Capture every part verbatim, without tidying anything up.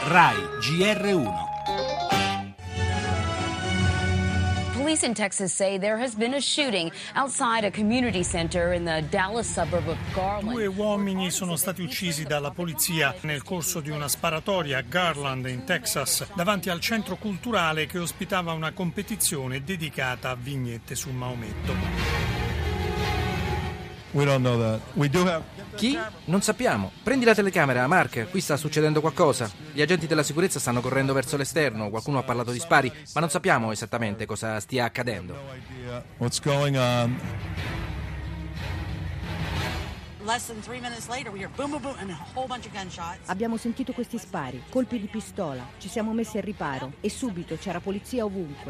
Rai G R uno. Police in Texas say there has been a shooting outside a community center in the Dallas suburb of Garland. Due uomini sono stati uccisi dalla polizia nel corso di una sparatoria a Garland, in Texas, davanti al centro culturale che ospitava una competizione dedicata a vignette su Maometto. We don't know that. We do have... Chi? Non sappiamo. Prendi la telecamera, Mark. Qui sta succedendo qualcosa. Gli agenti della sicurezza stanno correndo verso l'esterno. Qualcuno ha parlato di spari, ma non sappiamo esattamente cosa stia accadendo. What's going on? Abbiamo sentito questi spari, colpi di pistola. Ci siamo messi al riparo e subito c'era polizia ovunque.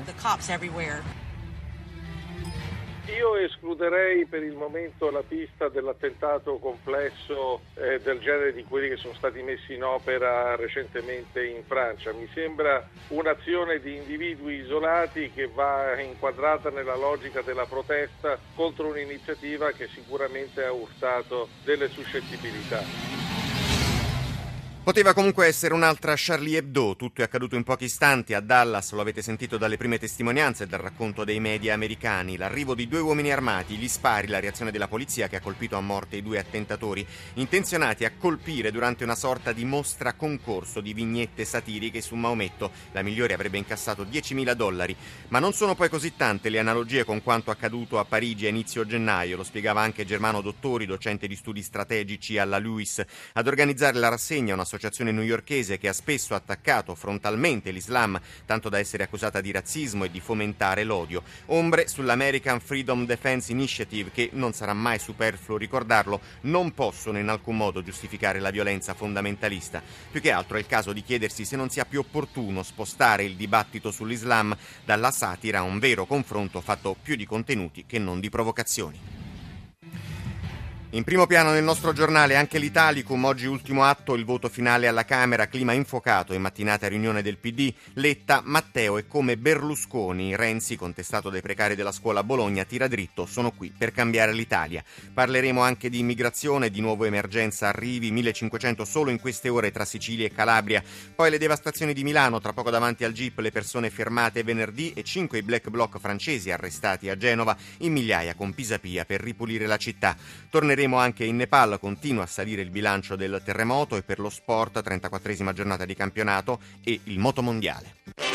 Io escluderei per il momento la pista dell'attentato complesso eh, del genere di quelli che sono stati messi in opera recentemente in Francia. Mi sembra un'azione di individui isolati che va inquadrata nella logica della protesta contro un'iniziativa che sicuramente ha urtato delle suscettibilità. Poteva comunque essere un'altra Charlie Hebdo, tutto è accaduto in pochi istanti a Dallas, lo avete sentito dalle prime testimonianze e dal racconto dei media americani, l'arrivo di due uomini armati, gli spari, la reazione della polizia che ha colpito a morte i due attentatori, intenzionati a colpire durante una sorta di mostra concorso di vignette satiriche su Maometto, la migliore avrebbe incassato diecimila dollari, ma non sono poi così tante le analogie con quanto accaduto a Parigi a inizio gennaio, lo spiegava anche Germano Dottori, docente di studi strategici alla Lewis, ad organizzare la rassegna una associazione newyorkese che ha spesso attaccato frontalmente l'Islam, tanto da essere accusata di razzismo e di fomentare l'odio. Ombre sull'American Freedom Defense Initiative che, non sarà mai superfluo ricordarlo, non possono in alcun modo giustificare la violenza fondamentalista. Più che altro è il caso di chiedersi se non sia più opportuno spostare il dibattito sull'Islam dalla satira a un vero confronto fatto più di contenuti che non di provocazioni. In primo piano nel nostro giornale anche l'Italicum, oggi ultimo atto, il voto finale alla Camera, clima infuocato in mattinata riunione del P D, Letta, Matteo e come Berlusconi, Renzi, contestato dai precari della scuola a Bologna, tira dritto, sono qui per cambiare l'Italia. Parleremo anche di immigrazione, di nuovo emergenza arrivi, millecinquecento solo in queste ore tra Sicilia e Calabria, poi le devastazioni di Milano, tra poco davanti al Jeep le persone fermate venerdì e cinque i black bloc francesi arrestati a Genova, in migliaia con Pisapia per ripulire la città. Torneremo anche in Nepal, continua a salire il bilancio del terremoto e per lo sport, trentaquattresima giornata di campionato e il motomondiale.